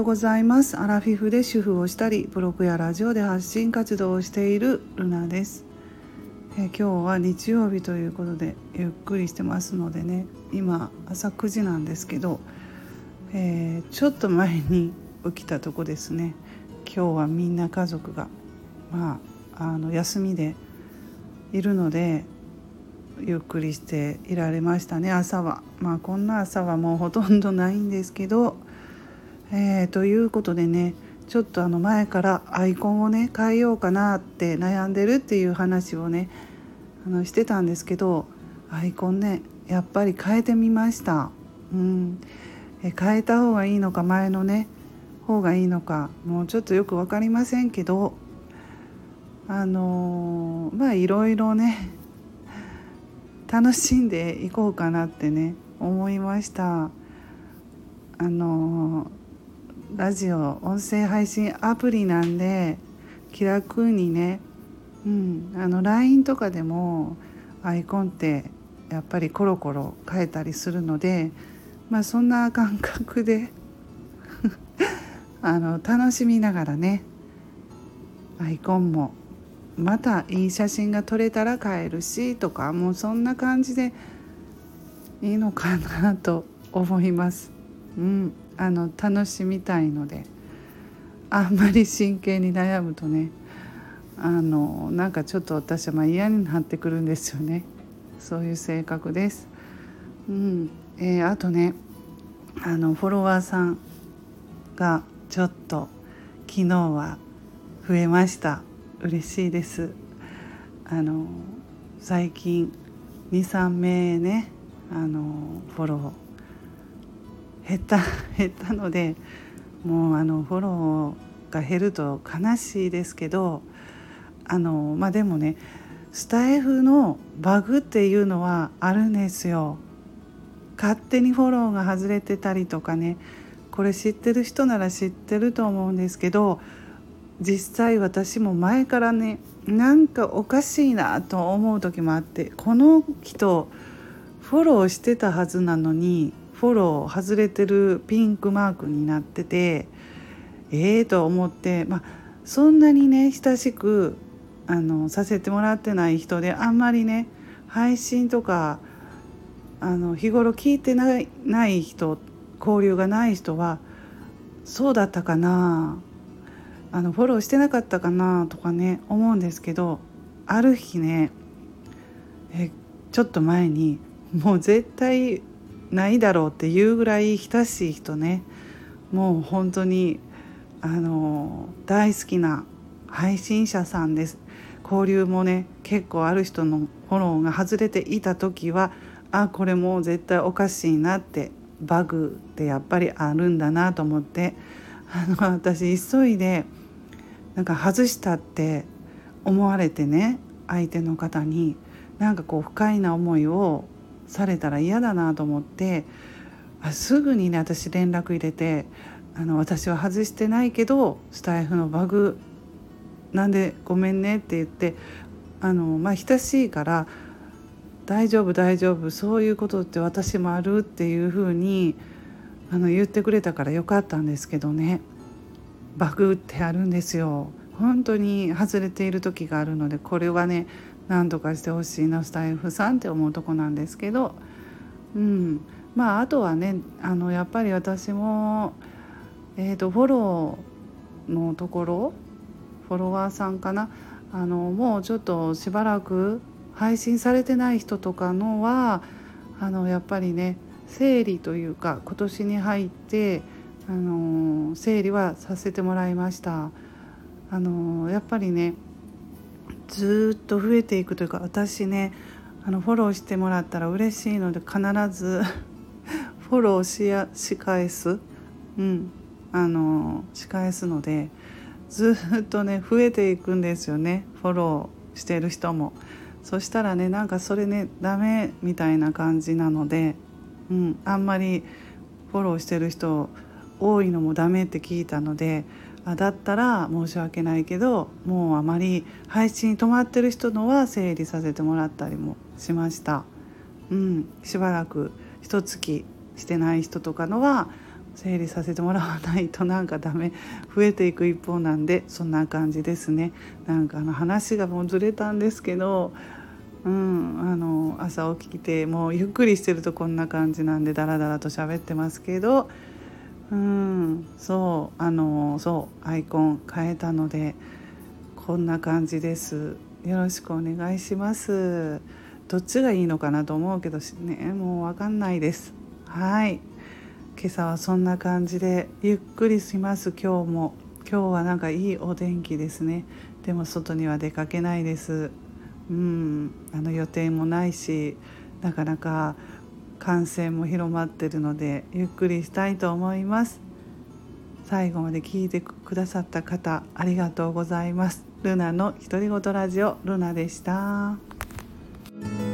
ございます。アラフィフで主婦をしたりブログやラジオで発信活動をしているルナです。今日は日曜日ということでゆっくりしてますのでね、今朝9時なんですけど、ちょっと前に起きたとこですね。今日はみんな家族が休みでいるのでゆっくりしていられましたね。朝はこんな朝はもうほとんどないんですけど、ということでね、ちょっと前からアイコンをね変えようかなって悩んでるっていう話をねしてたんですけど、アイコンねやっぱり変えてみました。変えた方がいいのか前のね方がいいのかもうちょっとよく分かりませんけど、いろいろね楽しんでいこうかなってね思いました。ラジオ音声配信アプリなんで気楽にね、LINE とかでもアイコンってやっぱりコロコロ変えたりするので、そんな感覚で楽しみながらね、アイコンもまたいい写真が撮れたら変えるしとか、もうそんな感じでいいのかなと思います。楽しみたいので、あんまり真剣に悩むとねなんかちょっと私は嫌になってくるんですよね。そういう性格です。あとねフォロワーさんがちょっと昨日は増えました。嬉しいです。最近 2,3 名ねフォロー減ったので、もうフォローが減ると悲しいですけど、でもねスタイフのバグっていうのはあるんですよ。勝手にフォローが外れてたりとかね、これ知ってる人なら知ってると思うんですけど、実際私も前からねなんかおかしいなと思う時もあって、この人フォローしてたはずなのにフォロー外れてるピンクマークになっててと思って、そんなにね親しくさせてもらってない人で、あんまりね配信とか日頃聞いてない人、交流がない人はそうだったかな、フォローしてなかったかなとかね思うんですけど、ある日ねちょっと前にもう絶対ないだろうっていうぐらい親しい人ね、もう本当に大好きな配信者さんです。交流もね結構ある人のフォローが外れていた時は、これもう絶対おかしいなって、バグってやっぱりあるんだなと思って、私急いでなんか外したって思われてね、相手の方になんか不快な思いをされたら嫌だなと思って、すぐにね私連絡入れて、私は外してないけどスタイフのバグなんでごめんねって言って、親しいから大丈夫そういうことって私もあるっていう風に言ってくれたからよかったんですけどね、バグってあるんですよ。本当に外れている時があるので、これはね何とかしてほしいなスタイフさんって思うとこなんですけど、あとはねやっぱり私もフォローのところ、フォロワーさんかな、もうちょっとしばらく配信されてない人とかのはやっぱりね整理というか今年に入って整理はさせてもらいました。やっぱりねずっと増えていくというか、私ねフォローしてもらったら嬉しいので必ずフォローし返す、し返すので、ずっとね増えていくんですよね、フォローしてる人も。そしたらねなんかそれねダメみたいな感じなので、あんまりフォローしてる人多いのもダメって聞いたので、だったら申し訳ないけどもうあまり配信止まってる人のは整理させてもらったりもしました。しばらく一月してない人とかのは整理させてもらわないとなんかダメ、増えていく一方なんで、そんな感じですね。なんか話がもうずれたんですけど、朝起きてもうゆっくりしてるとこんな感じなんでダラダラと喋ってますけど、そうアイコン変えたのでこんな感じです。よろしくお願いします。どっちがいいのかなと思うけどね、もうわかんないです。はい、今朝はそんな感じでゆっくりします。今日はなんかいいお天気ですね。でも外には出かけないです。予定もないし、なかなか感染も広まってるのでゆっくりしたいと思います。最後まで聞いてくださった方ありがとうございます。ルナの独り言ラジオ、ルナでした。